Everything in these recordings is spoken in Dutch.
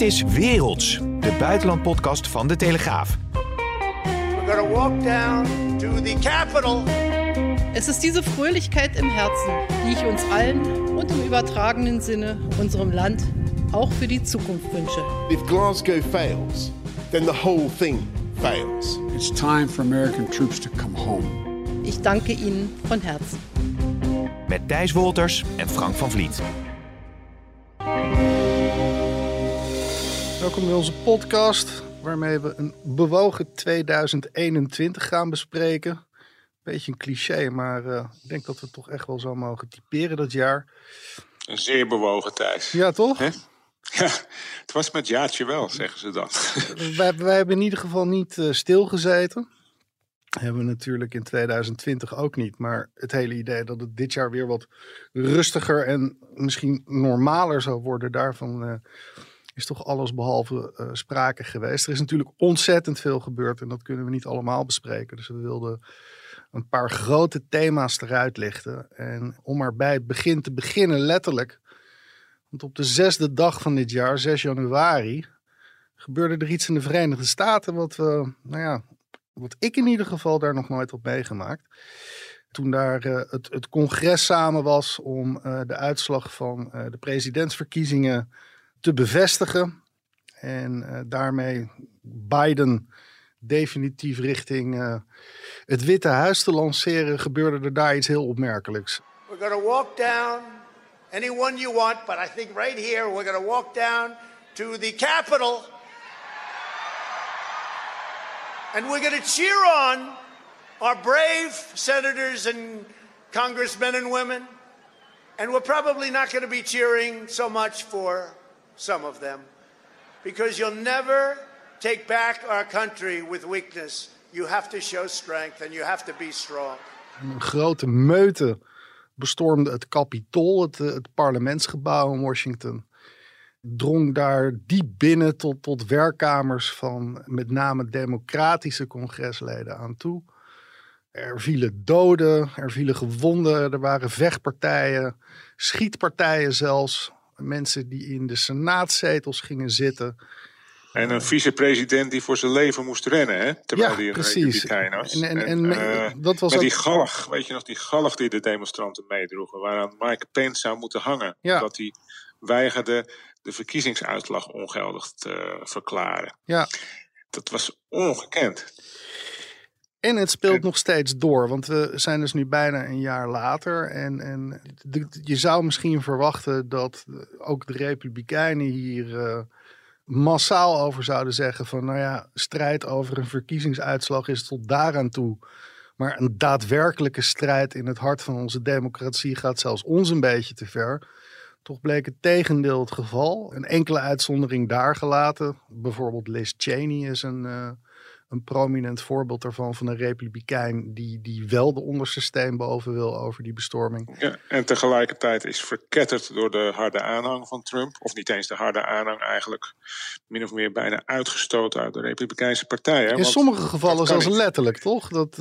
Dit is Werelds, de buitenlandpodcast van De Telegraaf. We're gonna walk down to the Capitol. Es ist diese Fröhlichkeit im Herzen, die ich uns allen und im übertragenen Sinne unserem Land auch für die Zukunft wünsche. If Glasgow fails, then the whole thing fails. It's time for American troops to come home. Ich danke Ihnen von Herzen. Met Thijs Wolters en Frank van Vliet. Welkom bij onze podcast, waarmee we een bewogen 2021 gaan bespreken. Beetje een cliché, maar ik denk dat we het toch echt wel zo mogen typeren dat jaar. Een zeer bewogen, Thijs. Ja, toch? He? Ja, het was met jaartje wel, zeggen ze dan. Wij hebben in ieder geval niet stilgezeten. Hebben we natuurlijk in 2020 ook niet. Maar het hele idee dat het dit jaar weer wat rustiger en misschien normaler zou worden, daarvan is toch alles behalve sprake geweest. Er is natuurlijk ontzettend veel gebeurd en dat kunnen we niet allemaal bespreken. Dus we wilden een paar grote thema's eruit lichten. En om maar bij het begin te beginnen, letterlijk. Want op de 6e dag van dit jaar, 6 januari, gebeurde er iets in de Verenigde Staten wat ik in ieder geval daar nog nooit had meegemaakt. Toen daar het congres samen was om de uitslag van de presidentsverkiezingen te bevestigen. En daarmee Biden definitief richting het Witte Huis te lanceren, gebeurde er daar iets heel opmerkelijks. We're gonna walk down anyone you want, but I think right here we're gonna walk down to the Capitol. And we're gonna cheer on our brave senators and congressmen and women. And we're probably not gonna be cheering so much for some of them. Because you'll never take back our country with weakness. You have to show strength and you have to be strong. Een grote meute bestormde het Capitool, het parlementsgebouw in Washington. Drong daar diep binnen tot werkkamers van met name democratische congresleden aan toe. Er vielen doden, er vielen gewonden, er waren vechtpartijen, schietpartijen zelfs. Mensen die in de senaatzetels gingen zitten. En een vicepresident die voor zijn leven moest rennen, hè? Terwijl hij een republikein was. Dat was met ook... die galg, weet je nog, die galg die de demonstranten meedroegen, waaraan Mike Pence zou moeten hangen. Ja. Dat hij weigerde de verkiezingsuitslag ongeldig te verklaren. Ja. Dat was ongekend. En het speelt nog steeds door, want we zijn dus nu bijna een jaar later. En je zou misschien verwachten dat ook de Republikeinen hier massaal over zouden zeggen van, strijd over een verkiezingsuitslag is tot daaraan toe. Maar een daadwerkelijke strijd in het hart van onze democratie gaat zelfs ons een beetje te ver. Toch bleek het tegendeel het geval. Een enkele uitzondering daar gelaten. Bijvoorbeeld Liz Cheney is een prominent voorbeeld daarvan, van een republikein die wel de onderste steen boven wil over die bestorming. Ja, en tegelijkertijd is verketterd door de harde aanhang van Trump. Of niet eens de harde aanhang, eigenlijk min of meer bijna uitgestoten uit de Republikeinse partij. Hè? In sommige gevallen zelfs letterlijk, toch? Dat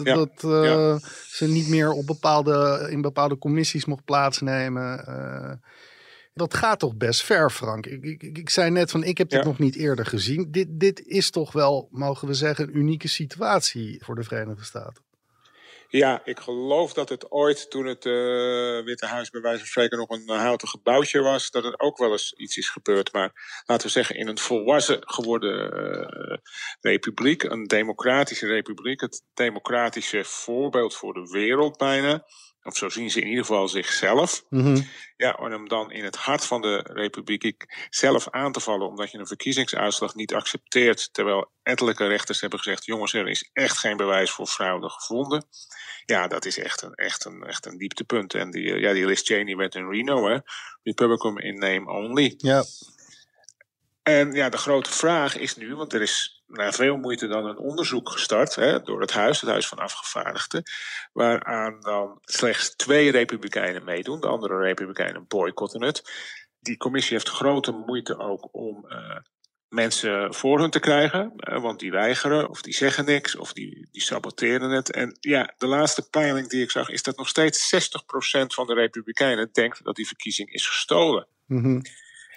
ze niet meer in bepaalde commissies mocht plaatsnemen. Dat gaat toch best ver, Frank. Ik zei net van, ik heb dit nog niet eerder gezien. Dit is toch wel, mogen we zeggen, een unieke situatie voor de Verenigde Staten. Ja, ik geloof dat het ooit, toen het Witte Huis bij wijze van spreken nog een houten gebouwtje was, dat er ook wel eens iets is gebeurd. Maar laten we zeggen, in een volwassen geworden republiek, een democratische republiek, het democratische voorbeeld voor de wereld bijna. Of zo zien ze in ieder geval zichzelf. Mm-hmm. Ja, om hem dan in het hart van de republiek zelf aan te vallen, omdat je een verkiezingsuitslag niet accepteert, terwijl ettelijke rechters hebben gezegd, jongens, er is echt geen bewijs voor fraude gevonden. Ja, dat is echt een dieptepunt. En die Liz Cheney werd in Reno, hè? Republican in name only. Ja. En ja, de grote vraag is nu, want er is na veel moeite dan een onderzoek gestart, hè, door het Huis van Afgevaardigden, waaraan dan slechts 2 republikeinen meedoen. De andere republikeinen boycotten het. Die commissie heeft grote moeite ook om mensen voor hun te krijgen, want die weigeren of die zeggen niks of die saboteren het. En ja, de laatste peiling die ik zag is dat nog steeds 60% van de republikeinen denkt dat die verkiezing is gestolen. Mm-hmm.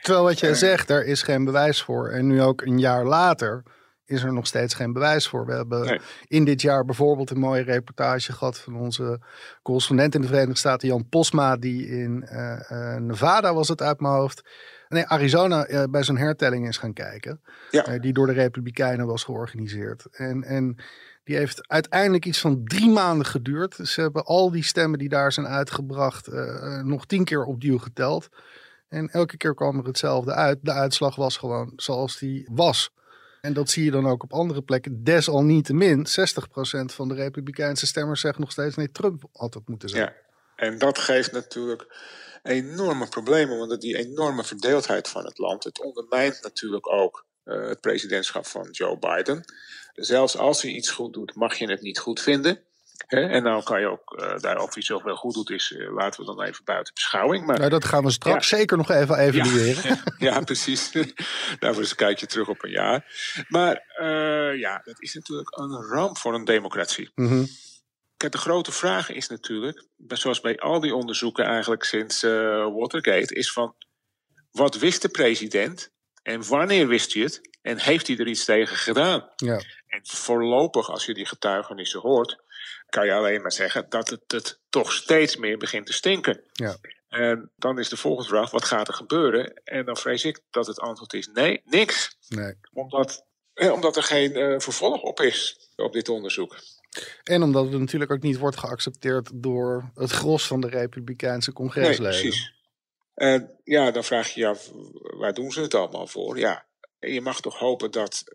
Terwijl wat jij zegt, daar is geen bewijs voor. En nu ook een jaar later is er nog steeds geen bewijs voor. We hebben in dit jaar bijvoorbeeld een mooie reportage gehad van onze correspondent in de Verenigde Staten, Jan Posma, die in Nevada, was het uit mijn hoofd, Arizona, bij zo'n hertelling is gaan kijken. Ja. Die door de Republikeinen was georganiseerd. En die heeft uiteindelijk iets van 3 maanden geduurd. Ze hebben al die stemmen die daar zijn uitgebracht nog 10 keer opnieuw geteld. En elke keer kwam er hetzelfde uit. De uitslag was gewoon zoals die was. En dat zie je dan ook op andere plekken. Desalniettemin, 60% van de Republikeinse stemmers zegt nog steeds nee, Trump had het moeten zijn. Ja, en dat geeft natuurlijk enorme problemen. Want die enorme verdeeldheid van het land, het ondermijnt natuurlijk ook het presidentschap van Joe Biden. Zelfs als hij iets goed doet, mag je het niet goed vinden. En nou kan je ook, daar of hij zoveel goed doet is, laten we dan even buiten beschouwing. Maar, dat gaan we straks zeker nog even evalueren. Ja, precies. Daarvoor is een kijkje terug op een jaar. Maar dat is natuurlijk een ramp voor een democratie. Mm-hmm. Kijk, de grote vraag is natuurlijk, zoals bij al die onderzoeken eigenlijk sinds Watergate, is van wat wist de president en wanneer wist hij het en heeft hij er iets tegen gedaan? Ja. En voorlopig, als je die getuigenissen hoort, kan je alleen maar zeggen dat het toch steeds meer begint te stinken. Ja. En dan is de volgende vraag, wat gaat er gebeuren? En dan vrees ik dat het antwoord is nee, niks. Nee. Omdat er geen vervolg op is op dit onderzoek. En omdat het natuurlijk ook niet wordt geaccepteerd door het gros van de Republikeinse congresleden. Nee, precies. En dan vraag je je af, waar doen ze het allemaal voor? Ja, je mag toch hopen dat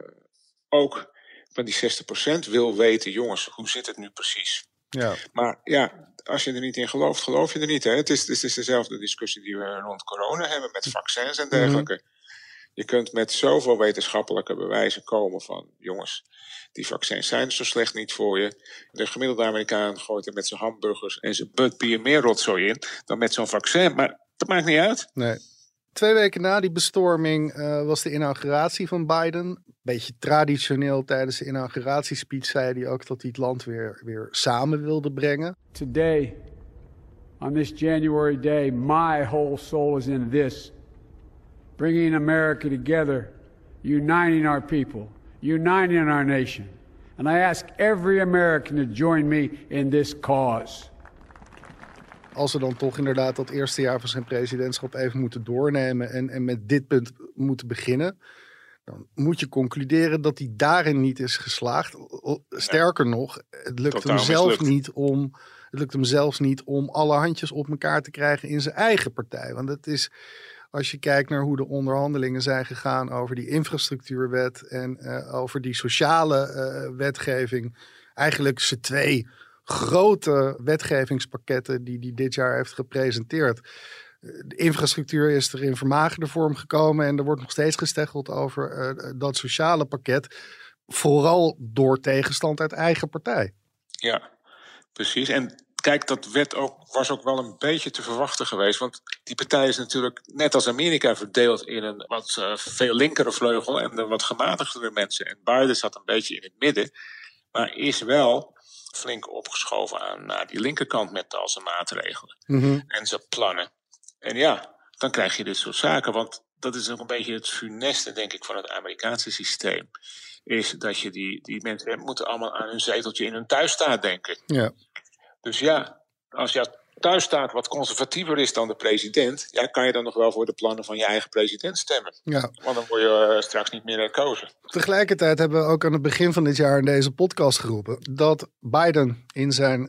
ook van die 60% wil weten, jongens, hoe zit het nu precies? Ja. Maar als je er niet in gelooft, geloof je er niet. Hè? Het is dezelfde discussie die we rond corona hebben met vaccins en dergelijke. Mm-hmm. Je kunt met zoveel wetenschappelijke bewijzen komen van, jongens, die vaccins zijn zo slecht niet voor je. De gemiddelde Amerikaan gooit er met zijn hamburgers en zijn butbier meer rotzooi in dan met zo'n vaccin. Maar dat maakt niet uit. Nee. 2 weken na die bestorming was de inauguratie van Biden. Beetje traditioneel tijdens de inauguratiespeech zei hij ook dat hij het land weer samen wilde brengen. Today, on this January day, my whole soul is in this. Bringing America together, uniting our people, uniting our nation. And I ask every American to join me in this cause. Als ze dan toch inderdaad dat eerste jaar van zijn presidentschap even moeten doornemen en met dit punt moeten beginnen, dan moet je concluderen dat hij daarin niet is geslaagd. Sterker nog, het lukt hem zelfs niet om alle handjes op elkaar te krijgen in zijn eigen partij. Want het is, als je kijkt naar hoe de onderhandelingen zijn gegaan over die infrastructuurwet en over die sociale wetgeving, eigenlijk z'n 2 grote wetgevingspakketten die dit jaar heeft gepresenteerd. De infrastructuur is er in vermagerde vorm gekomen en er wordt nog steeds gesteggeld over dat sociale pakket. Vooral door tegenstand uit eigen partij. Ja, precies. En kijk, dat was ook wel een beetje te verwachten geweest. Want die partij is natuurlijk net als Amerika verdeeld in een wat veel linkere vleugel en de wat gematigdere mensen. En Biden zat een beetje in het midden, maar is wel flink opgeschoven naar die linkerkant met al zijn maatregelen en zijn plannen. En dan krijg je dit soort zaken, want dat is ook een beetje het funeste, denk ik, van het Amerikaanse systeem. Is dat je die mensen moeten allemaal aan hun zeteltje in hun thuisstaat denken. Ja. Dus als jouw thuisstaat wat conservatiever is dan de president, kan je dan nog wel voor de plannen van je eigen president stemmen. Ja. Want dan word je straks niet meer herkozen. Tegelijkertijd hebben we ook aan het begin van dit jaar in deze podcast geroepen dat Biden in zijn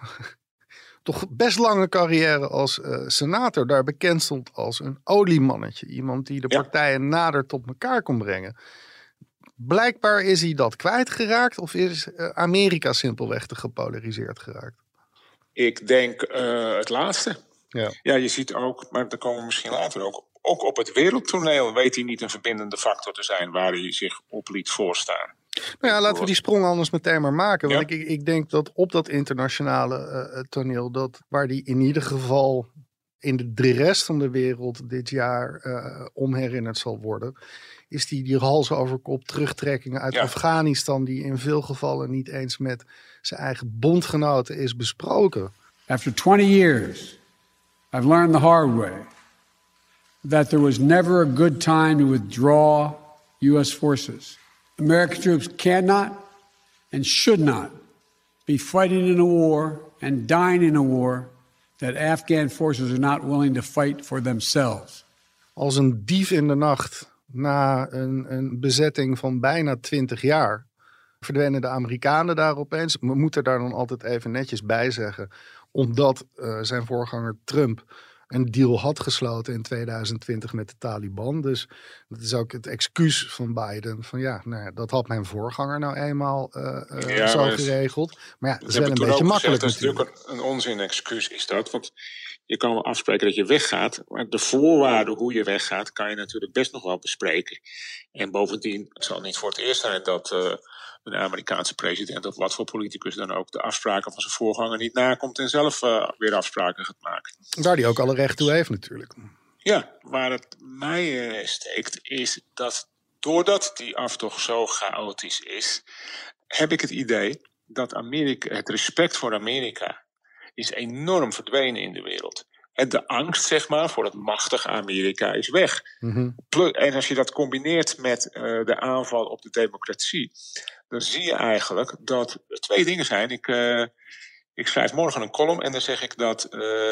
toch best lange carrière als senator daar bekend stond als een oliemannetje. Iemand die de partijen nader tot elkaar kon brengen. Blijkbaar is hij dat kwijtgeraakt of is Amerika simpelweg te gepolariseerd geraakt? Ik denk het laatste. Ja, je ziet ook, maar daar komen we misschien later ook op het wereldtoneel weet hij niet een verbindende factor te zijn waar hij zich op liet voorstaan. Nou ja, laten we die sprong anders meteen maar maken. Want ik denk dat op dat internationale toneel, waar die in ieder geval in de rest van de wereld dit jaar om herinnerd zal worden, is die hals over kop terugtrekkingen uit Afghanistan, die in veel gevallen niet eens met zijn eigen bondgenoten is besproken. After 20 years, I've learned the hard way that there was never a good time to withdraw U.S. forces. American troops cannot and should not be fighting in a war and dying in a war that Afghan forces are not willing to fight for themselves. Als een dief in de nacht na een bezetting van bijna 20 jaar verdwenen de Amerikanen daar opeens. We moeten daar dan altijd even netjes bij zeggen, omdat zijn voorganger Trump een deal had gesloten in 2020 met de Taliban. Dus dat is ook het excuus van Biden. Van dat had mijn voorganger nou eenmaal zo geregeld. Maar ja, dat is wel een beetje makkelijk natuurlijk. Dat is natuurlijk een onzin excuus is dat. Want je kan wel afspreken dat je weggaat. Maar de voorwaarden hoe je weggaat kan je natuurlijk best nog wel bespreken. En bovendien, het zal niet voor het eerst zijn dat een Amerikaanse president of wat voor politicus dan ook de afspraken van zijn voorganger niet nakomt en zelf weer afspraken gaat maken. Waar hij ook alle recht toe heeft natuurlijk. Ja, waar het mij steekt is dat doordat die aftocht zo chaotisch is, heb ik het idee dat het respect voor Amerika is enorm verdwenen in de wereld. En de angst, zeg maar, voor het machtige Amerika is weg. Mm-hmm. En als je dat combineert met de aanval op de democratie, dan zie je eigenlijk dat er twee dingen zijn. Ik schrijf morgen een column en dan zeg ik dat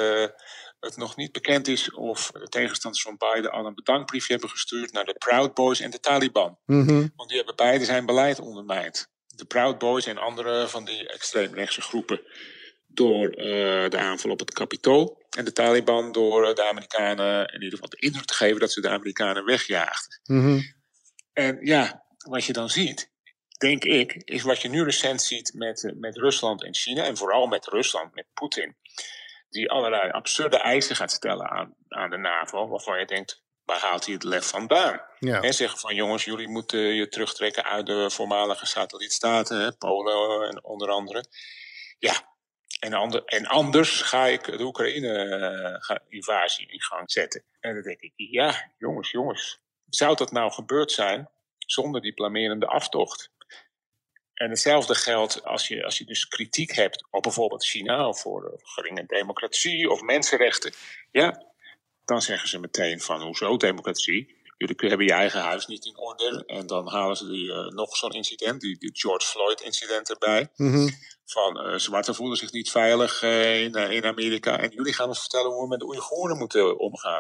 het nog niet bekend is of de tegenstanders van Biden al een bedankbriefje hebben gestuurd naar de Proud Boys en de Taliban. Mm-hmm. Want die hebben beide zijn beleid ondermijnd. De Proud Boys en andere van die extreemrechtse groepen door de aanval op het Capitool. En de Taliban door de Amerikanen in ieder geval de indruk te geven dat ze de Amerikanen wegjaagden. Mm-hmm. En ja, wat je dan ziet, denk ik, is wat je nu recent ziet met Rusland en China. En vooral met Rusland, met Poetin. Die allerlei absurde eisen gaat stellen aan de NAVO. Waarvan je denkt, waar haalt hij het lef vandaan? Ja. En zeggen van jongens, jullie moeten je terugtrekken uit de voormalige satellietstaten. Polen en onder andere. Ja. En anders ga ik de Oekraïne-invasie in gang zetten. En dan denk ik, ja, jongens. Zou dat nou gebeurd zijn zonder die blamerende aftocht? En hetzelfde geldt als je dus kritiek hebt op bijvoorbeeld China of voor geringe democratie of mensenrechten. Ja, dan zeggen ze meteen van hoezo democratie? Jullie hebben je eigen huis niet in orde. En dan halen ze nog zo'n incident, die George Floyd-incident erbij. Mm-hmm. Van zwarten voelen zich niet veilig in Amerika. En jullie gaan ons vertellen hoe we met de Oeigoeren moeten omgaan.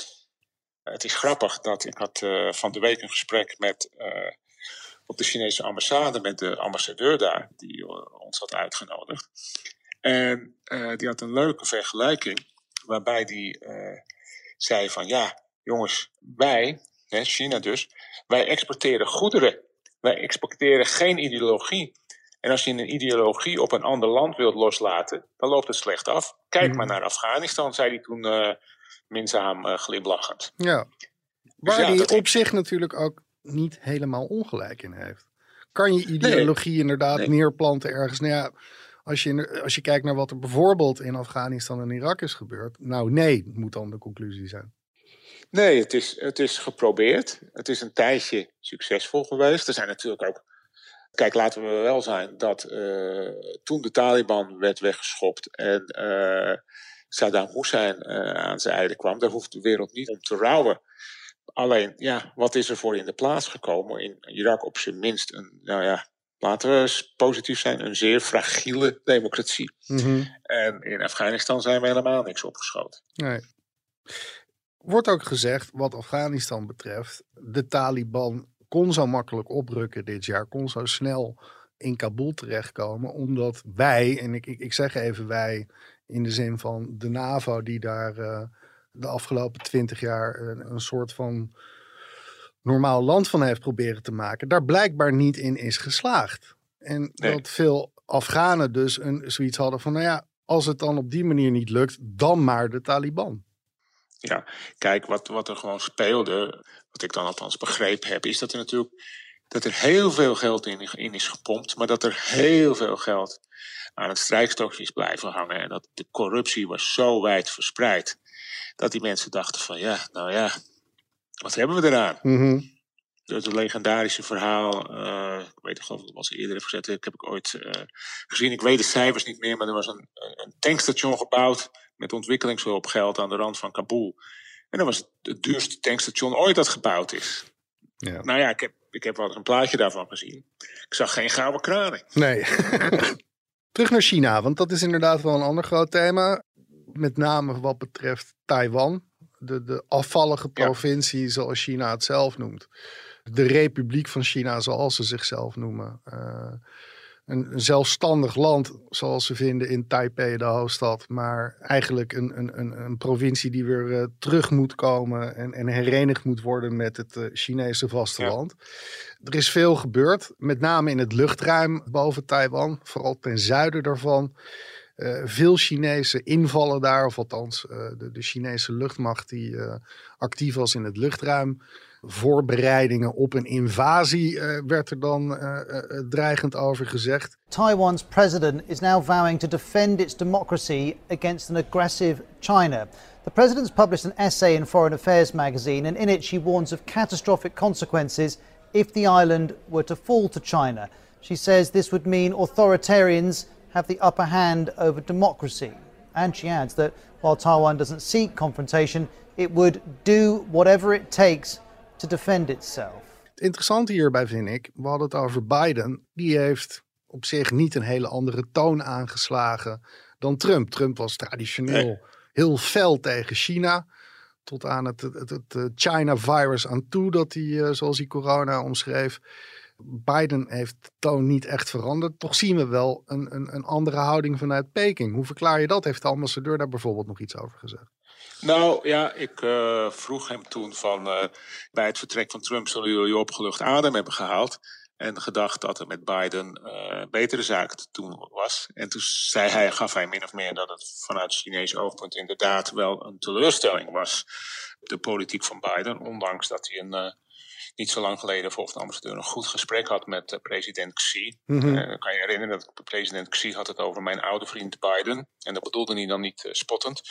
Het is grappig dat ik had van de week een gesprek op de Chinese ambassade met de ambassadeur daar, die ons had uitgenodigd. En die had een leuke vergelijking, waarbij die zei van ja, jongens, wij, China dus, wij exporteren goederen. Wij exporteren geen ideologie. En als je een ideologie op een ander land wilt loslaten, dan loopt het slecht af. Kijk maar naar Afghanistan, zei hij toen minzaam glimlachend. Ja, waar hij op zich natuurlijk ook niet helemaal ongelijk in heeft. Kan je ideologie inderdaad neerplanten ergens? Nou ja, als je kijkt naar wat er bijvoorbeeld in Afghanistan en Irak is gebeurd. Nou nee, moet dan de conclusie zijn. Nee, het is geprobeerd. Het is een tijdje succesvol geweest. Er zijn natuurlijk ook... Kijk, laten we wel zijn dat toen de Taliban werd weggeschopt en Saddam Hussein aan zijn einde kwam, daar hoeft de wereld niet om te rouwen. Alleen, ja, wat is er voor in de plaats gekomen? In Irak op zijn minst laten we positief zijn, een zeer fragiele democratie. Mm-hmm. En in Afghanistan zijn we helemaal niks opgeschoten. Nee. Wordt ook gezegd, wat Afghanistan betreft, de Taliban kon zo makkelijk oprukken dit jaar, kon zo snel in Kabul terechtkomen, omdat wij, en ik zeg even wij, in de zin van de NAVO die daar de afgelopen 20 jaar een soort van normaal land van heeft proberen te maken, daar blijkbaar niet in is geslaagd. En dat veel Afghanen dus zoiets hadden van, nou ja, als het dan op die manier niet lukt, dan maar de Taliban. Ja, kijk, wat er gewoon speelde, wat ik dan althans begrepen heb, is dat er heel veel geld in is gepompt, maar dat er heel veel geld aan het strijkstokje is blijven hangen. En dat de corruptie was zo wijd verspreid, dat die mensen dachten van wat hebben we eraan? Mm-hmm. Het legendarische verhaal, ik weet niet of ik het was eerder heb gezet, heb ik ooit gezien. Ik weet de cijfers niet meer, maar er was een tankstation gebouwd met ontwikkelingshulpgeld aan de rand van Kabul. En dat was het duurste tankstation ooit dat gebouwd is. Ja. Nou ja, ik heb wel eens een plaatje daarvan gezien. Ik zag geen gouden kranen. Nee. Terug naar China, want dat is inderdaad wel een ander groot thema. Met name wat betreft Taiwan. De afvallige provincie, zoals China het zelf noemt. De Republiek van China, zoals ze zichzelf noemen. Een zelfstandig land, zoals ze vinden in Taipei, de hoofdstad. Maar eigenlijk een provincie die weer terug moet komen en herenigd moet worden met het Chinese vasteland. Ja. Er is veel gebeurd, met name in het luchtruim boven Taiwan, vooral ten zuiden daarvan. Veel Chinese invallen daar, of althans de Chinese luchtmacht die actief was in het luchtruim. Voorbereidingen op een invasie werd er dan dreigend over gezegd. Taiwan's president is now vowing to defend its democracy against an aggressive China. The president's published an essay in Foreign Affairs magazine, and in it she warns of catastrophic consequences if the island were to fall to China. She says this would mean authoritarians have the upper hand over democracy. And she adds that while Taiwan doesn't seek confrontation, it would do whatever it takes to defend itself. Het interessante hierbij vind ik, we hadden het over Biden. Die heeft op zich niet een hele andere toon aangeslagen dan Trump. Trump was traditioneel heel fel tegen China. Tot aan het China-virus aan toe, dat hij, zoals hij corona omschreef. Biden heeft de toon niet echt veranderd. Toch zien we wel een andere houding vanuit Peking. Hoe verklaar je dat? Heeft de ambassadeur daar bijvoorbeeld nog iets over gezegd? Nou ja, ik vroeg hem toen van bij het vertrek van Trump zullen jullie opgelucht adem hebben gehaald. En gedacht dat er met Biden betere zaken te doen was. En toen gaf hij min of meer dat het vanuit Chinees oogpunt inderdaad wel een teleurstelling was. De politiek van Biden, ondanks dat hij niet zo lang geleden volgens de ambassadeur een goed gesprek had met president Xi. Mm-hmm. Kan je herinneren dat president Xi had het over mijn oude vriend Biden. En dat bedoelde hij dan niet spottend.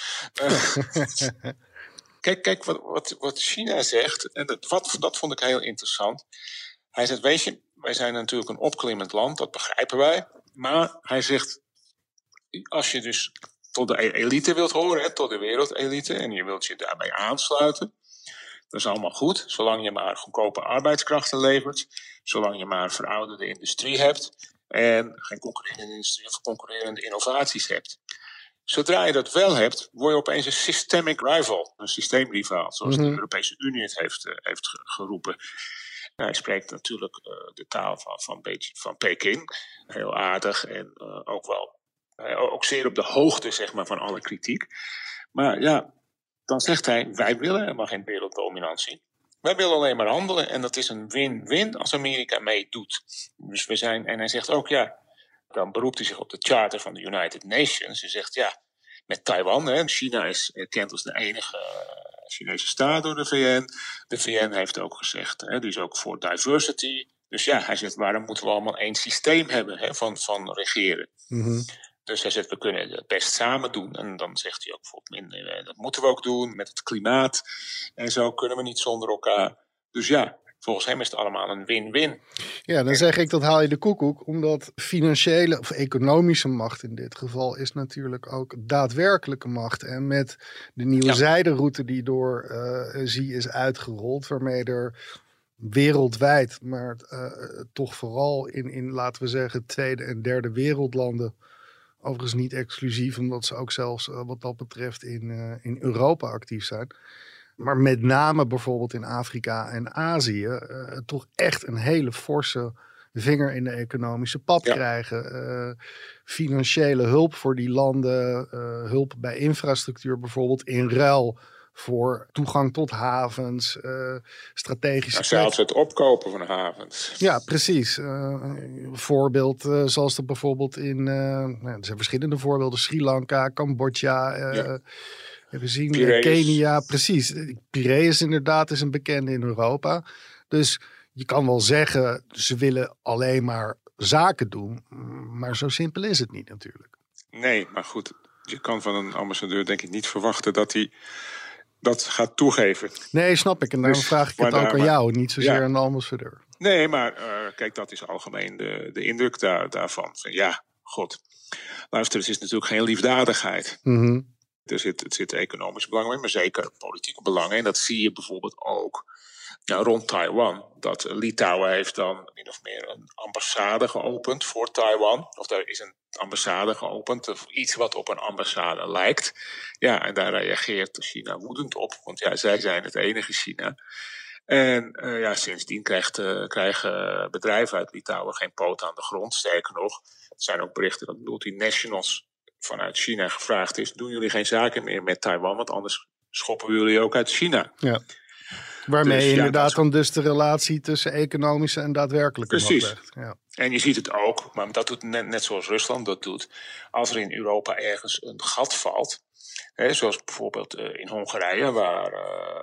Kijk wat China zegt. En dat vond ik heel interessant. Hij zegt, weet je, wij zijn natuurlijk een opklimmend land. Dat begrijpen wij. Maar hij zegt, als je dus tot de elite wilt horen, tot de wereldelite. En je wilt je daarbij aansluiten. Dat is allemaal goed, zolang je maar goedkope arbeidskrachten levert. Zolang je maar verouderde industrie hebt. En geen concurrerende industrie of concurrerende innovaties hebt. Zodra je dat wel hebt, word je opeens een systemic rival. Een systeemrivaal, zoals de Europese Unie het heeft geroepen. Nou, hij spreekt natuurlijk de taal van Peking. Heel aardig en ook zeer op de hoogte, zeg maar, van alle kritiek. Maar ja, dan zegt hij, wij willen helemaal geen werelddominantie. Wij willen alleen maar handelen en dat is een win-win als Amerika meedoet. Dus en hij zegt ook, ja, dan beroept hij zich op de Charter van de United Nations. Hij zegt, ja, met Taiwan, China is erkend als de enige Chinese staat door de VN. De VN heeft ook gezegd, die is ook voor diversity. Dus ja, hij zegt, waarom moeten we allemaal één systeem hebben van regeren? Mm-hmm. Dus hij zegt, we kunnen het best samen doen. En dan zegt hij ook, dat moeten we ook doen met het klimaat. En zo kunnen we niet zonder elkaar. Dus ja, volgens hem is het allemaal een win-win. Ja, dan zeg ik, dat haal je de koekoek. Omdat financiële of economische macht in dit geval is natuurlijk ook daadwerkelijke macht. En met de nieuwe zijderoute die door Xi is uitgerold, waarmee er wereldwijd, maar toch vooral in, laten we zeggen, tweede en derde wereldlanden, overigens niet exclusief, omdat ze ook zelfs wat dat betreft in Europa actief zijn. Maar met name bijvoorbeeld in Afrika en Azië toch echt een hele forse vinger in de economische pap krijgen. Financiële hulp voor die landen, hulp bij infrastructuur bijvoorbeeld, in ruil voor toegang tot havens, strategische... zelfs het opkopen van havens. Ja, precies. Voorbeeld zoals er bijvoorbeeld er zijn verschillende voorbeelden. Sri Lanka, Cambodja, we zien Kenia, precies. Piraeus inderdaad is een bekende in Europa. Dus je kan wel zeggen, ze willen alleen maar zaken doen. Maar zo simpel is het niet natuurlijk. Nee, maar goed, je kan van een ambassadeur denk ik niet verwachten dat hij dat gaat toegeven. Nee, snap ik. En daarom vraag ik het ook aan jou, niet zozeer aan de ambassadeur. Nee, maar kijk, dat is algemeen de indruk daarvan. Van, ja, god, luister, het is natuurlijk geen liefdadigheid. Mm-hmm. Het zit economisch belang in, maar zeker politieke belangen. En dat zie je bijvoorbeeld ook rond Taiwan. Dat Litouwen heeft dan min of meer een ambassade geopend voor Taiwan. Of daar is een ambassade geopend, of iets wat op een ambassade lijkt. Ja, en daar reageert China woedend op, want ja, zij zijn het enige China. En sindsdien krijgen bedrijven uit Litouwen geen poot aan de grond. Sterker nog, er zijn ook berichten dat multinationals vanuit China gevraagd is: doen jullie geen zaken meer met Taiwan, want anders schoppen we jullie ook uit China. Ja. Waarmee inderdaad dan dus de relatie tussen economische en daadwerkelijke macht legt. Ja. En je ziet het ook, maar dat doet net zoals Rusland dat doet. Als er in Europa ergens een gat valt, zoals bijvoorbeeld in Hongarije, waar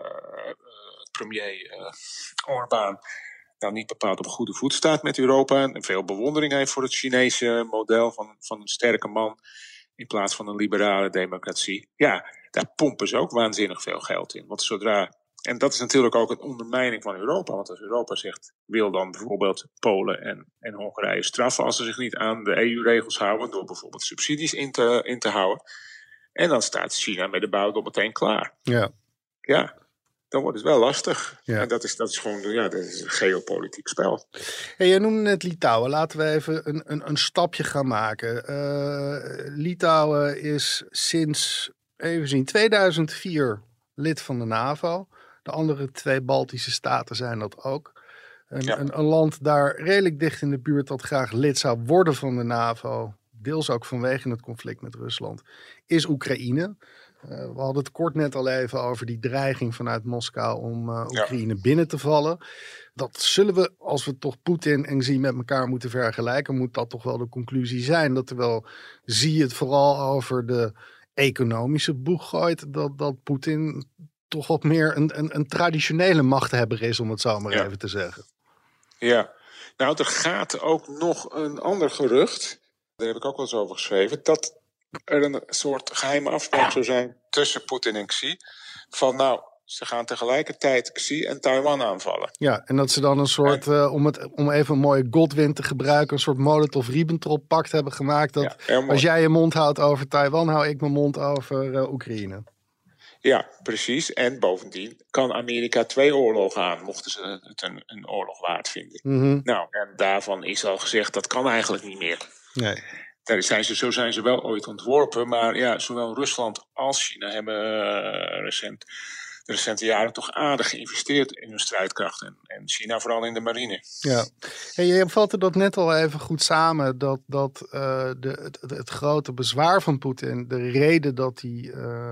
premier Orbán nou niet bepaald op goede voet staat met Europa en veel bewondering heeft voor het Chinese model van een sterke man in plaats van een liberale democratie. Ja, daar pompen ze ook waanzinnig veel geld in. Want en dat is natuurlijk ook een ondermijning van Europa. Want als Europa zegt, wil dan bijvoorbeeld Polen en Hongarije straffen als ze zich niet aan de EU-regels houden, door bijvoorbeeld subsidies in te houden. En dan staat China met de boudel meteen klaar. Ja, dan wordt het wel lastig. Ja. En dat is gewoon dat is een geopolitiek spel. Hey, je noemde net Litouwen. Laten we even een stapje gaan maken. Litouwen is sinds 2004 lid van de NAVO. De andere 2 Baltische staten zijn dat ook. Een land daar redelijk dicht in de buurt dat graag lid zou worden van de NAVO, deels ook vanwege het conflict met Rusland, is Oekraïne. We hadden het kort net al even over die dreiging vanuit Moskou om Oekraïne binnen te vallen. Dat zullen we, als we toch Poetin en Xi met elkaar moeten vergelijken, moet dat toch wel de conclusie zijn. Dat terwijl Xi het vooral over de economische boeg gooit, dat Poetin toch wat meer een traditionele machthebber is, om het zo maar even te zeggen. Ja, nou er gaat ook nog een ander gerucht, daar heb ik ook wel eens over geschreven, dat er een soort geheime afspraak zou zijn tussen Poetin en Xi. Van ze gaan tegelijkertijd Xi en Taiwan aanvallen. Ja, en dat ze dan een soort, om even een mooie Godwin te gebruiken, een soort Molotov-Ribbentrop-pact hebben gemaakt. Dat als jij je mond houdt over Taiwan, hou ik mijn mond over Oekraïne. Ja, precies. En bovendien kan Amerika 2 oorlogen aan, mochten ze het een oorlog waard vinden. Mm-hmm. Nou, en daarvan is al gezegd, dat kan eigenlijk niet meer. Nee. Zo zijn ze wel ooit ontworpen, maar ja, zowel Rusland als China hebben de recente jaren toch aardig geïnvesteerd in hun strijdkracht. En China vooral in de marine. Ja, je vatte dat net al even goed samen, dat het grote bezwaar van Poetin, de reden dat hij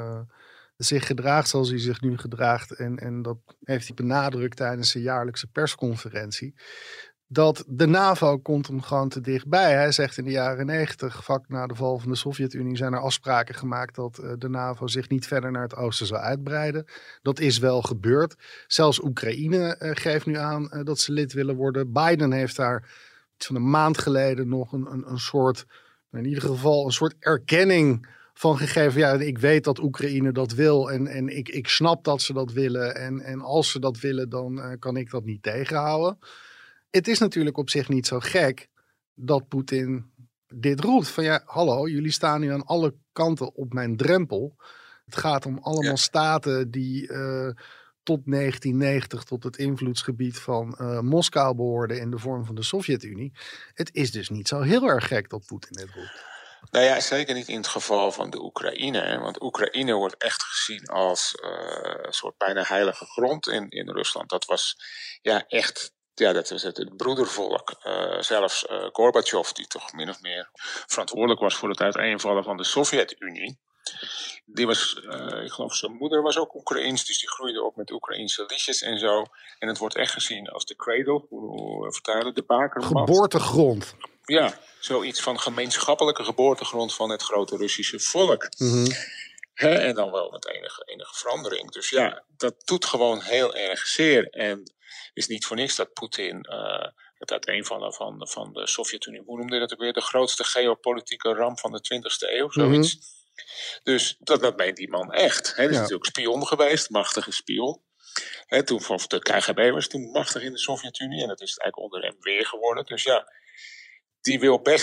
zich gedraagt zoals hij zich nu gedraagt, en dat heeft hij benadrukt tijdens zijn jaarlijkse persconferentie, dat de NAVO komt hem gewoon te dichtbij. Hij zegt in de jaren 90, vlak na de val van de Sovjet-Unie, zijn er afspraken gemaakt dat de NAVO zich niet verder naar het oosten zou uitbreiden. Dat is wel gebeurd. Zelfs Oekraïne geeft nu aan dat ze lid willen worden. Biden heeft daar van een maand geleden nog een soort, in ieder geval een soort erkenning van gegeven. Ja, ik weet dat Oekraïne dat wil en ik snap dat ze dat willen. En als ze dat willen, dan kan ik dat niet tegenhouden. Het is natuurlijk op zich niet zo gek dat Poetin dit roept. Van ja, hallo, jullie staan nu aan alle kanten op mijn drempel. Het gaat om allemaal staten die tot 1990 tot het invloedsgebied van Moskou behoorden in de vorm van de Sovjet-Unie. Het is dus niet zo heel erg gek dat Poetin dit roept. Nou ja, zeker niet in het geval van de Oekraïne. Hè? Want Oekraïne wordt echt gezien als een soort bijna heilige grond in Rusland. Dat was echt... Ja, dat was het broedervolk. Zelfs Gorbachev, die toch min of meer verantwoordelijk was voor het uiteenvallen van de Sovjet-Unie. Die was, ik geloof zijn moeder was ook Oekraïens, dus die groeide op met Oekraïense liedjes en zo. En het wordt echt gezien als de cradle, hoe vertalen, de bakermat. Geboortegrond. Ja, zoiets van gemeenschappelijke geboortegrond van het grote Russische volk. Mm-hmm. En dan wel met enige verandering. Dus ja, dat doet gewoon heel erg zeer. En is niet voor niks dat Poetin het uiteenvallen van de Sovjet-Unie, hoe noemde dat ook weer, de grootste geopolitieke ramp van de 20e eeuw, zoiets. Mm-hmm. Dus dat meent die man echt. Hij is natuurlijk spion geweest, machtige spion. Toen de KGB was toen machtig in de Sovjet-Unie en dat is het eigenlijk onder hem weer geworden. Dus ja, die wil best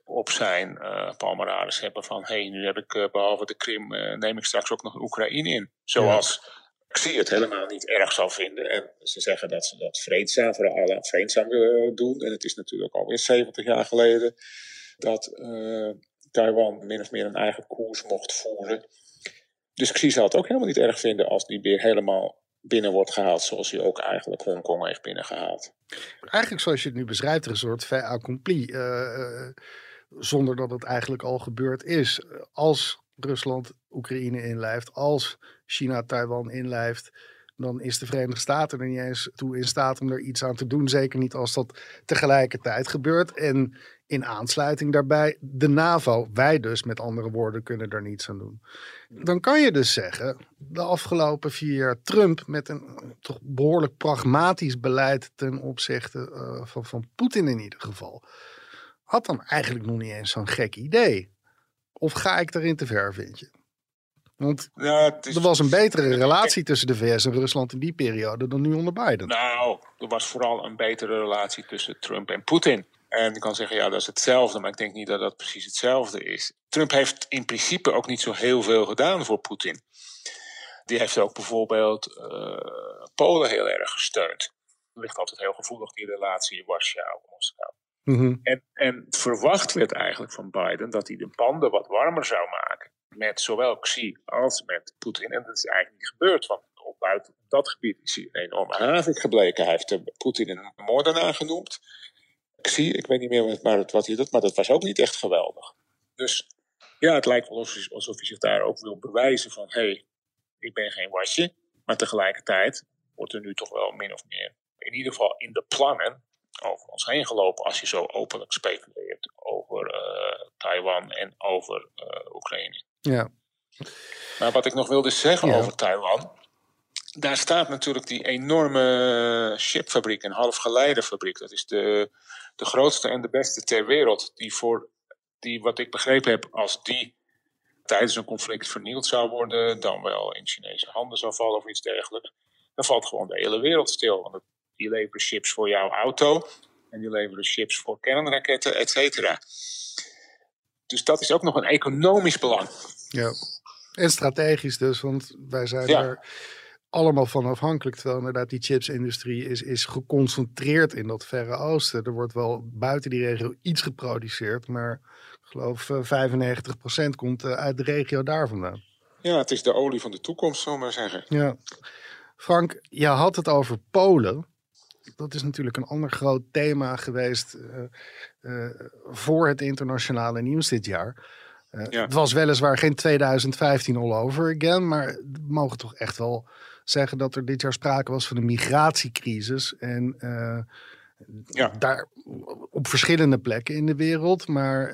op zijn palmarades hebben van nu heb ik behalve de Krim neem ik straks ook nog Oekraïne in. Zoals Xi het helemaal niet erg zou vinden. En ze zeggen dat ze dat vreedzaam willen doen. En het is natuurlijk alweer 70 jaar geleden dat Taiwan min of meer een eigen koers mocht voeren. Dus Xi zou het ook helemaal niet erg vinden als die weer helemaal binnen wordt gehaald, zoals hij ook eigenlijk Hongkong heeft binnengehaald. Eigenlijk zoals je het nu beschrijft, er een soort fait accompli. Zonder dat het eigenlijk al gebeurd is. Als Rusland Oekraïne inlijft, als China Taiwan inlijft, dan is de Verenigde Staten er niet eens toe in staat om er iets aan te doen. Zeker niet als dat tegelijkertijd gebeurt. En in aansluiting daarbij de NAVO, wij dus met andere woorden, kunnen er niets aan doen. Dan kan je dus zeggen, de afgelopen 4 jaar Trump met een toch behoorlijk pragmatisch beleid ten opzichte van Poetin in ieder geval, had dan eigenlijk nog niet eens zo'n gek idee. Of ga ik daarin te ver, vind je? Want er was een betere relatie tussen de VS en Rusland in die periode dan nu onder Biden. Nou, er was vooral een betere relatie tussen Trump en Poetin. En ik kan zeggen, dat is hetzelfde, maar ik denk niet dat dat precies hetzelfde is. Trump heeft in principe ook niet zo heel veel gedaan voor Poetin. Die heeft ook bijvoorbeeld Polen heel erg gesteund. Er ligt altijd heel gevoelig die relatie in Warschau-Moskou. Mm-hmm. En verwacht werd eigenlijk van Biden dat hij de banden wat warmer zou maken met zowel Xi als met Poetin. En dat is eigenlijk niet gebeurd, want buiten dat gebied is hij een enorme havik gebleken. Hij heeft Poetin een moordenaar genoemd. Xi, ik weet niet meer wat hij doet, maar dat was ook niet echt geweldig. Dus het lijkt wel alsof hij zich daar ook wil bewijzen van ik ben geen wasje. Maar tegelijkertijd wordt er nu toch wel min of meer, in ieder geval in de plannen, over ons heen gelopen als je zo openlijk speculeert over Taiwan en over Oekraïne. Ja. Maar wat ik nog wilde zeggen over Taiwan, daar staat natuurlijk die enorme chipfabriek, een halfgeleiderfabriek. Dat is de grootste en de beste ter wereld. Die wat ik begrepen heb, als die tijdens een conflict vernield zou worden, dan wel in Chinese handen zou vallen of iets dergelijks, dan valt gewoon de hele wereld stil. Want die leveren chips voor jouw auto en die leveren chips voor kernraketten, et cetera. Dus dat is ook nog een economisch belang. Ja, en strategisch dus, want wij zijn er allemaal van afhankelijk. Terwijl inderdaad die chipsindustrie is geconcentreerd in dat Verre Oosten. Er wordt wel buiten die regio iets geproduceerd, maar ik geloof 95% komt uit de regio daar vandaan. Ja, het is de olie van de toekomst, zal ik maar zeggen. Ja. Frank, je had het over Polen. Dat is natuurlijk een ander groot thema geweest voor het internationale nieuws dit jaar. Het was weliswaar geen 2015 all over again, maar we mogen toch echt wel zeggen dat er dit jaar sprake was van een migratiecrisis. En daar op verschillende plekken in de wereld. Maar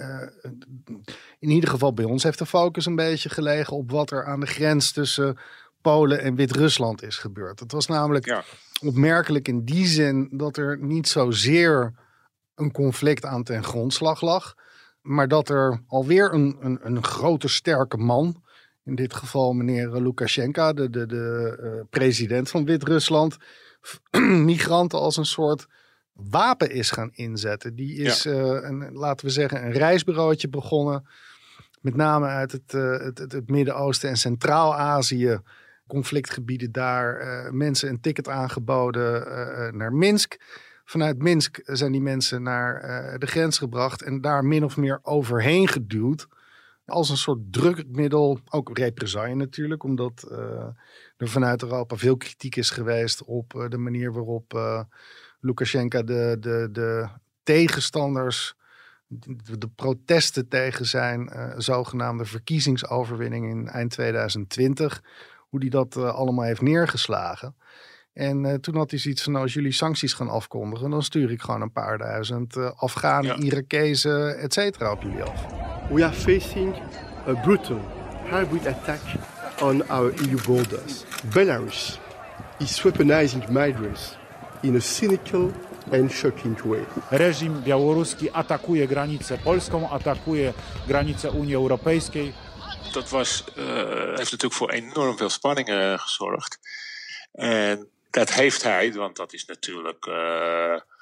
in ieder geval bij ons heeft de focus een beetje gelegen op wat er aan de grens tussen Polen en Wit-Rusland is gebeurd. Het was namelijk opmerkelijk in die zin dat er niet zozeer een conflict aan ten grondslag lag, maar dat er alweer een grote sterke man, in dit geval meneer Lukashenko, de president van Wit-Rusland, migranten als een soort wapen is gaan inzetten. Die is, laten we zeggen, een reisbureautje begonnen, met name uit het Midden-Oosten en Centraal-Azië, conflictgebieden daar, mensen een ticket aangeboden naar Minsk. Vanuit Minsk zijn die mensen naar de grens gebracht en daar min of meer overheen geduwd. Als een soort drukmiddel, ook represaille natuurlijk, omdat er vanuit Europa veel kritiek is geweest op de manier waarop Lukashenko de tegenstanders, de protesten tegen zijn zogenaamde verkiezingsoverwinning in eind 2020, hoe die dat allemaal heeft neergeslagen. En toen had hij zoiets van, als jullie sancties gaan afkondigen, dan stuur ik gewoon een paar duizend Afghanen, Irakezen, et cetera op jullie af. We are facing a brutal hybrid attack on our EU borders. Belarus is weaponizing migrants in a cynical and shocking way. Reżim białoruski atakuje granicę polską, atakuje granicę Unii Europejskiej. Dat heeft natuurlijk voor enorm veel spanningen gezorgd. En dat heeft hij, want dat is natuurlijk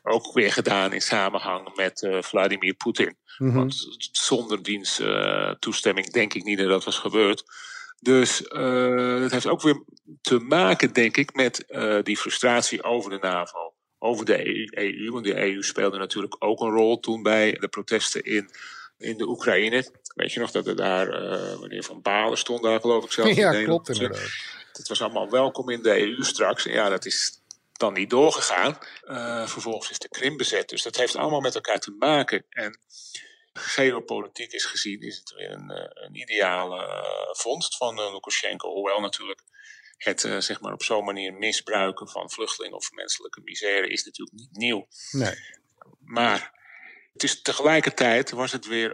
ook weer gedaan in samenhang met Vladimir Poetin. Want zonder diens toestemming denk ik niet dat dat was gebeurd. Dus dat heeft ook weer te maken, denk ik, met die frustratie over de NAVO. Over de EU, want de EU speelde natuurlijk ook een rol toen bij de protesten in de Oekraïne. Weet je nog dat er daar, meneer Van Balen stond daar geloof ik zelf. Ja, klopt inderdaad. Het was allemaal welkom in de EU straks. En ja, dat is dan niet doorgegaan. Vervolgens is de Krim bezet. Dus dat heeft allemaal met elkaar te maken. En geopolitiek is gezien is het weer een ideale vondst van Lukasjenko. Hoewel natuurlijk het zeg maar op zo'n manier misbruiken van vluchtelingen of menselijke misère is natuurlijk niet nieuw. Nee. Maar het is tegelijkertijd was het weer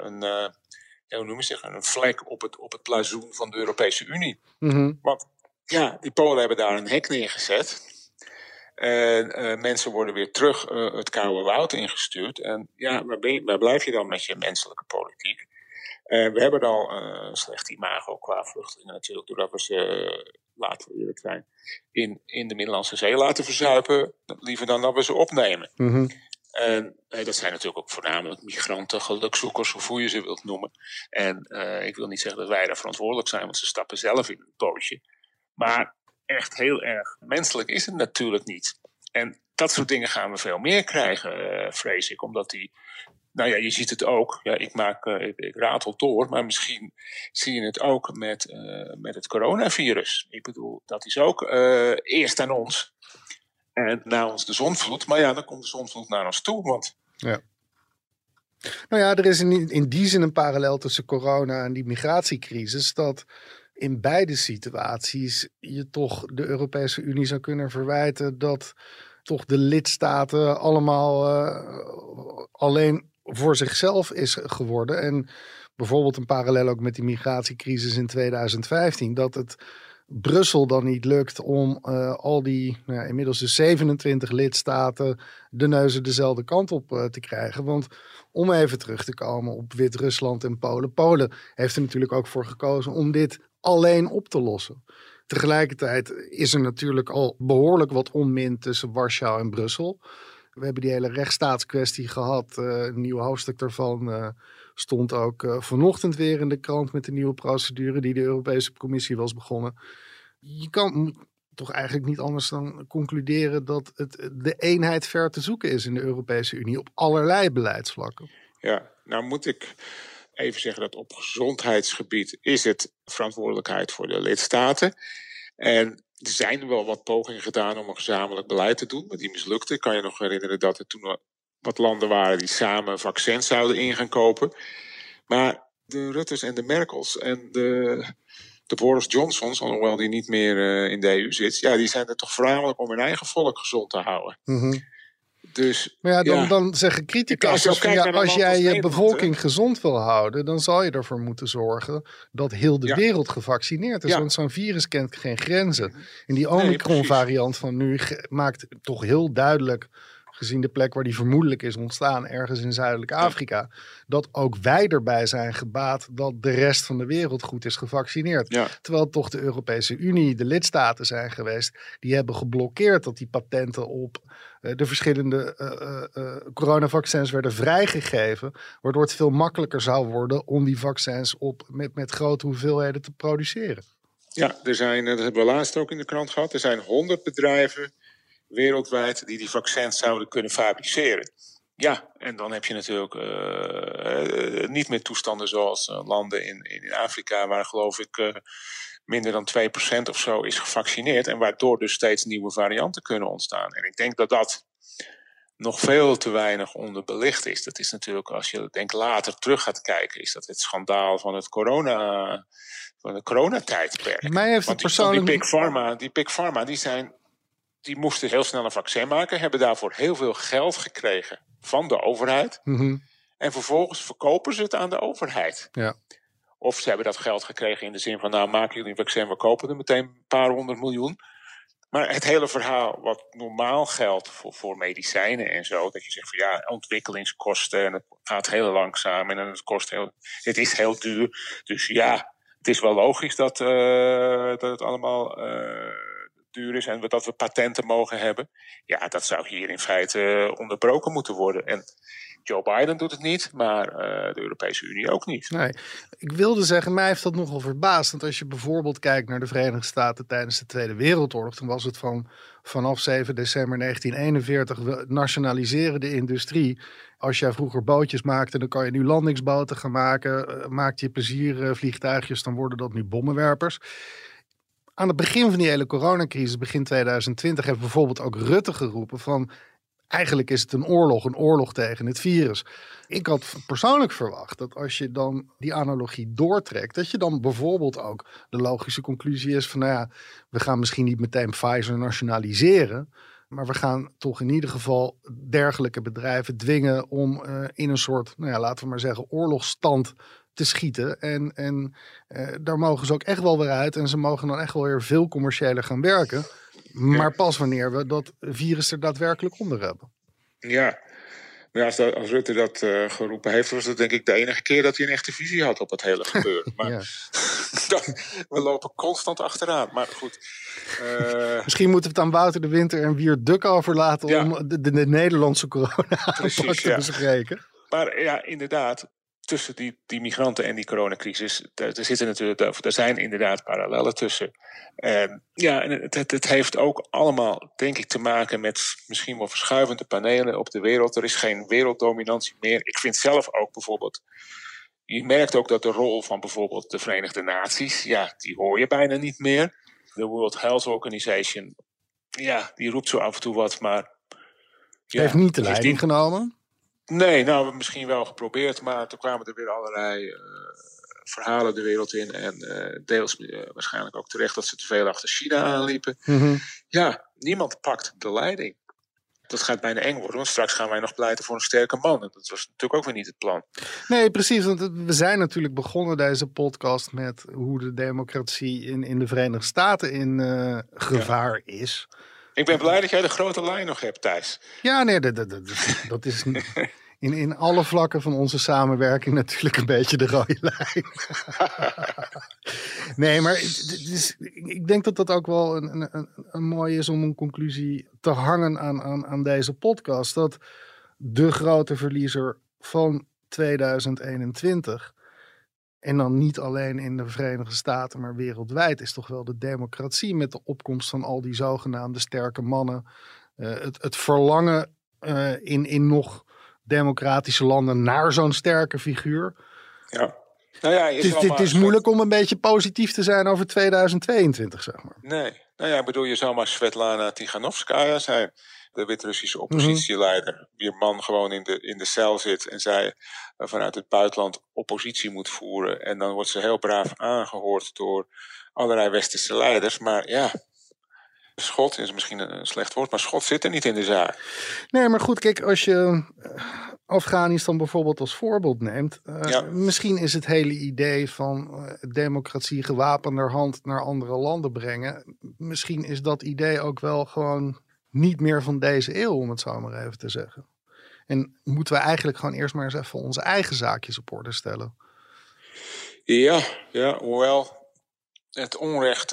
een vlek op het blazoen van de Europese Unie. Want ja, die Polen hebben daar een hek neergezet. En mensen worden weer terug het koude woud ingestuurd. En ja, waar blijf je dan met je menselijke politiek? We hebben al een slecht imago qua vluchtelingen natuurlijk, doordat we ze, laten we eerlijk zijn, in de Middellandse Zee laten verzuipen, liever dan dat we ze opnemen. En dat zijn natuurlijk ook voornamelijk migranten, gelukzoekers, of hoe je ze wilt noemen. En ik wil niet zeggen dat wij daar verantwoordelijk zijn, want ze stappen zelf in een bootje. Maar echt heel erg menselijk is het natuurlijk niet. En dat soort dingen gaan we veel meer krijgen, vrees ik. Omdat nou ja, je ziet het ook. Ja, ik ratel door, maar misschien zie je het ook met het coronavirus. Ik bedoel, dat is ook eerst aan ons. En na ons de zonvloed. Maar ja, dan komt de zonvloed naar ons toe. Want ja. Nou ja, er is in die zin een parallel tussen corona en die migratiecrisis. Dat in beide situaties je toch de Europese Unie zou kunnen verwijten dat toch de lidstaten allemaal alleen voor zichzelf is geworden. En bijvoorbeeld een parallel ook met die migratiecrisis in 2015. Dat het Brussel dan niet lukt om al die inmiddels de 27 lidstaten de neuzen dezelfde kant op te krijgen. Want om even terug te komen op Wit-Rusland en Polen. Polen heeft er natuurlijk ook voor gekozen om dit alleen op te lossen. Tegelijkertijd is er natuurlijk al behoorlijk wat onmin tussen Warschau en Brussel. We hebben die hele rechtsstaatskwestie gehad. Een nieuw hoofdstuk daarvan stond ook vanochtend weer in de krant met de nieuwe procedure die de Europese Commissie was begonnen. Je kan toch eigenlijk niet anders dan concluderen dat de eenheid ver te zoeken is in de Europese Unie op allerlei beleidsvlakken. Ja, nou moet ik even zeggen dat op gezondheidsgebied is het verantwoordelijkheid voor de lidstaten. En er zijn wel wat pogingen gedaan om een gezamenlijk beleid te doen, maar die mislukte. Ik kan je nog herinneren dat er toen wat landen waren die samen vaccins zouden in gaan kopen. Maar de Ruttes en de Merkels en de Boris Johnsons, alhoewel die niet meer in de EU zit, ja, die zijn er toch voornamelijk om hun eigen volk gezond te houden. Dus, maar ja, dan zeggen criticasters, als jij je bevolking gezond wil houden, dan zal je ervoor moeten zorgen dat heel de wereld gevaccineerd is. Want zo'n virus kent geen grenzen. En die Omicron-variant van nu maakt toch heel duidelijk, gezien de plek waar die vermoedelijk is ontstaan, ergens in Zuidelijk Afrika, dat ook wij erbij zijn gebaat dat de rest van de wereld goed is gevaccineerd. Terwijl toch de Europese Unie, de lidstaten zijn geweest, die hebben geblokkeerd dat die patenten op de verschillende coronavaccins werden vrijgegeven, waardoor het veel makkelijker zou worden om die vaccins met grote hoeveelheden te produceren. Ja, dat hebben we laatst ook in de krant gehad. Er zijn 100 bedrijven wereldwijd die vaccins zouden kunnen fabriceren. Ja, en dan heb je natuurlijk niet meer toestanden zoals landen in Afrika, waar geloof ik minder dan 2% of zo is gevaccineerd en waardoor dus steeds nieuwe varianten kunnen ontstaan. En ik denk dat dat nog veel te weinig onderbelicht is. Dat is natuurlijk, als je later terug gaat kijken, is dat het schandaal van het coronatijdperk. Mij heeft het persoonlijk... Die Big Pharma, die moesten heel snel een vaccin maken, hebben daarvoor heel veel geld gekregen van de overheid. En vervolgens verkopen ze het aan de overheid. Ja. Of ze hebben dat geld gekregen in de zin van, nou, maken jullie een vaccin, we kopen er meteen een paar 100 miljoen. Maar het hele verhaal wat normaal geldt voor medicijnen en zo, dat je zegt van ja, ontwikkelingskosten en het gaat heel langzaam en het is heel duur. Dus ja, het is wel logisch dat het allemaal duur is en dat we patenten mogen hebben. Ja, dat zou hier in feite onderbroken moeten worden. En Joe Biden doet het niet, maar de Europese Unie ook niet. Nee, ik wilde zeggen, mij heeft dat nogal verbaasd. Want als je bijvoorbeeld kijkt naar de Verenigde Staten tijdens de Tweede Wereldoorlog, toen was het vanaf 7 december 1941, we nationaliseren de industrie. Als jij vroeger bootjes maakte, dan kan je nu landingsboten gaan maken. Maakte je pleziervliegtuigjes, dan worden dat nu bommenwerpers. Aan het begin van die hele coronacrisis, begin 2020, heeft bijvoorbeeld ook Rutte geroepen van, eigenlijk is het een oorlog tegen het virus. Ik had persoonlijk verwacht dat als je dan die analogie doortrekt, dat je dan bijvoorbeeld ook de logische conclusie is van, nou ja, we gaan misschien niet meteen Pfizer nationaliseren, maar we gaan toch in ieder geval dergelijke bedrijven dwingen om in een soort, nou ja, laten we maar zeggen, oorlogsstand te schieten. En daar mogen ze ook echt wel weer uit en ze mogen dan echt wel weer veel commerciëler gaan werken. Maar pas wanneer we dat virus er daadwerkelijk onder hebben. Ja, maar als Rutte dat geroepen heeft, was dat denk ik de enige keer dat hij een echte visie had op het hele gebeuren. Maar Ja. we lopen constant achteraan. Maar goed. Misschien moeten we het aan Wouter de Winter en Wiert Duk overlaten Ja. om de Nederlandse corona-aanpak te bespreken. Maar ja, inderdaad, tussen die migranten en die coronacrisis, er zijn inderdaad parallellen tussen. En het heeft ook allemaal, denk ik, te maken met misschien wel verschuivende panelen op de wereld. Er is geen werelddominantie meer. Ik vind zelf ook bijvoorbeeld, je merkt ook dat de rol van bijvoorbeeld de Verenigde Naties, ja, die hoor je bijna niet meer. De World Health Organization, ja, die roept zo af en toe wat, maar ja, Heeft niet de leiding genomen. Nee, nou, we hebben misschien wel geprobeerd, maar toen kwamen er weer allerlei verhalen de wereld in. En deels waarschijnlijk ook terecht dat ze te veel achter China aanliepen. Mhm. Ja, niemand pakt de leiding. Dat gaat bijna eng worden, want straks gaan wij nog pleiten voor een sterke man. En dat was natuurlijk ook weer niet het plan. Nee, precies. Want we zijn natuurlijk begonnen deze podcast met hoe de democratie in de Verenigde Staten in gevaar is. Ik ben blij dat jij de grote lijn nog hebt, Thijs. Ja, nee, dat is in alle vlakken van onze samenwerking natuurlijk een beetje de rode lijn. Nee, maar ik denk dat dat ook wel een mooi is om een conclusie te hangen aan deze podcast. Dat de grote verliezer van 2021, en dan niet alleen in de Verenigde Staten, maar wereldwijd, is toch wel de democratie met de opkomst van al die zogenaamde sterke mannen. Het verlangen in nog democratische landen naar zo'n sterke figuur. Ja. Nou ja, Het is moeilijk om een beetje positief te zijn over 2022, zeg maar. Nee. Nou ja, ik bedoel, je zou maar Svetlana Tiganovskaya zijn. De Wit-Russische oppositieleider. Wier man gewoon in de cel zit en zij vanuit het buitenland oppositie moet voeren. En dan wordt ze heel braaf aangehoord door allerlei westerse leiders. Maar ja, schot is misschien een slecht woord, maar schot zit er niet in de zaak. Nee, maar goed, kijk, als je Afghanistan bijvoorbeeld als voorbeeld neemt. Misschien is het hele idee van democratie gewapenderhand naar andere landen brengen. Misschien is dat idee ook wel gewoon niet meer van deze eeuw, om het zo maar even te zeggen. En moeten we eigenlijk gewoon eerst maar eens even onze eigen zaakjes op orde stellen. Ja, hoewel het onrecht,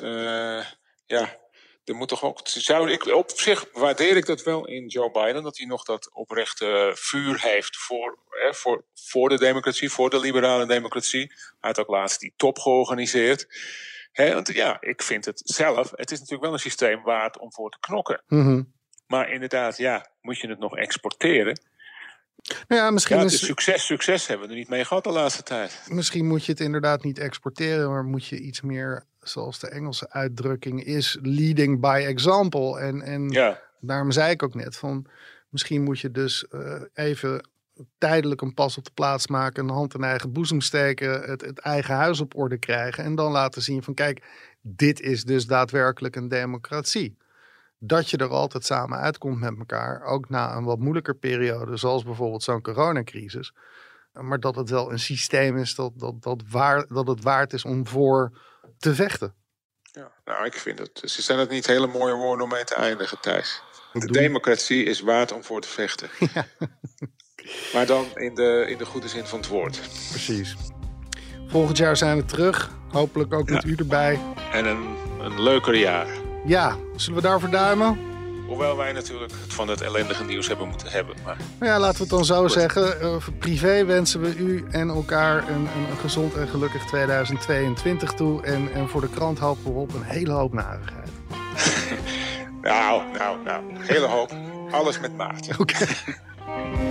er moet toch ook. Op zich waardeer ik dat wel in Joe Biden, dat hij nog dat oprechte vuur heeft voor de democratie, voor de liberale democratie. Hij had ook laatst die top georganiseerd. Want ja, ik vind het zelf, het is natuurlijk wel een systeem waard om voor te knokken. Mm-hmm. Maar inderdaad, moet je het nog exporteren? Nou ja, misschien succes hebben we er niet mee gehad de laatste tijd. Misschien moet je het inderdaad niet exporteren, maar moet je iets meer, zoals de Engelse uitdrukking is, leading by example. En daarom zei ik ook net van, misschien moet je dus even tijdelijk een pas op de plaats maken, een hand in eigen boezem steken, het eigen huis op orde krijgen en dan laten zien van, kijk, dit is dus daadwerkelijk een democratie. Dat je er altijd samen uitkomt met elkaar, ook na een wat moeilijker periode, zoals bijvoorbeeld zo'n coronacrisis. Maar dat het wel een systeem is dat het waard is om voor te vechten. Ja, nou, ik vind het. Ze zijn het niet hele mooie woorden om mee te eindigen, Thijs. De democratie is waard om voor te vechten. Ja. Maar dan in de goede zin van het woord. Precies. Volgend jaar zijn we terug. Hopelijk ook met u erbij. En een leuker jaar. Ja, zullen we daarvoor duimen? Hoewel wij natuurlijk het van het ellendige nieuws hebben moeten hebben. Maar... Nou ja, laten we het dan zo zeggen. Privé wensen we u en elkaar een gezond en gelukkig 2022 toe. En voor de krant hopen we op een hele hoop narigheid. Nou. Hele hoop. Alles met maat. Oké.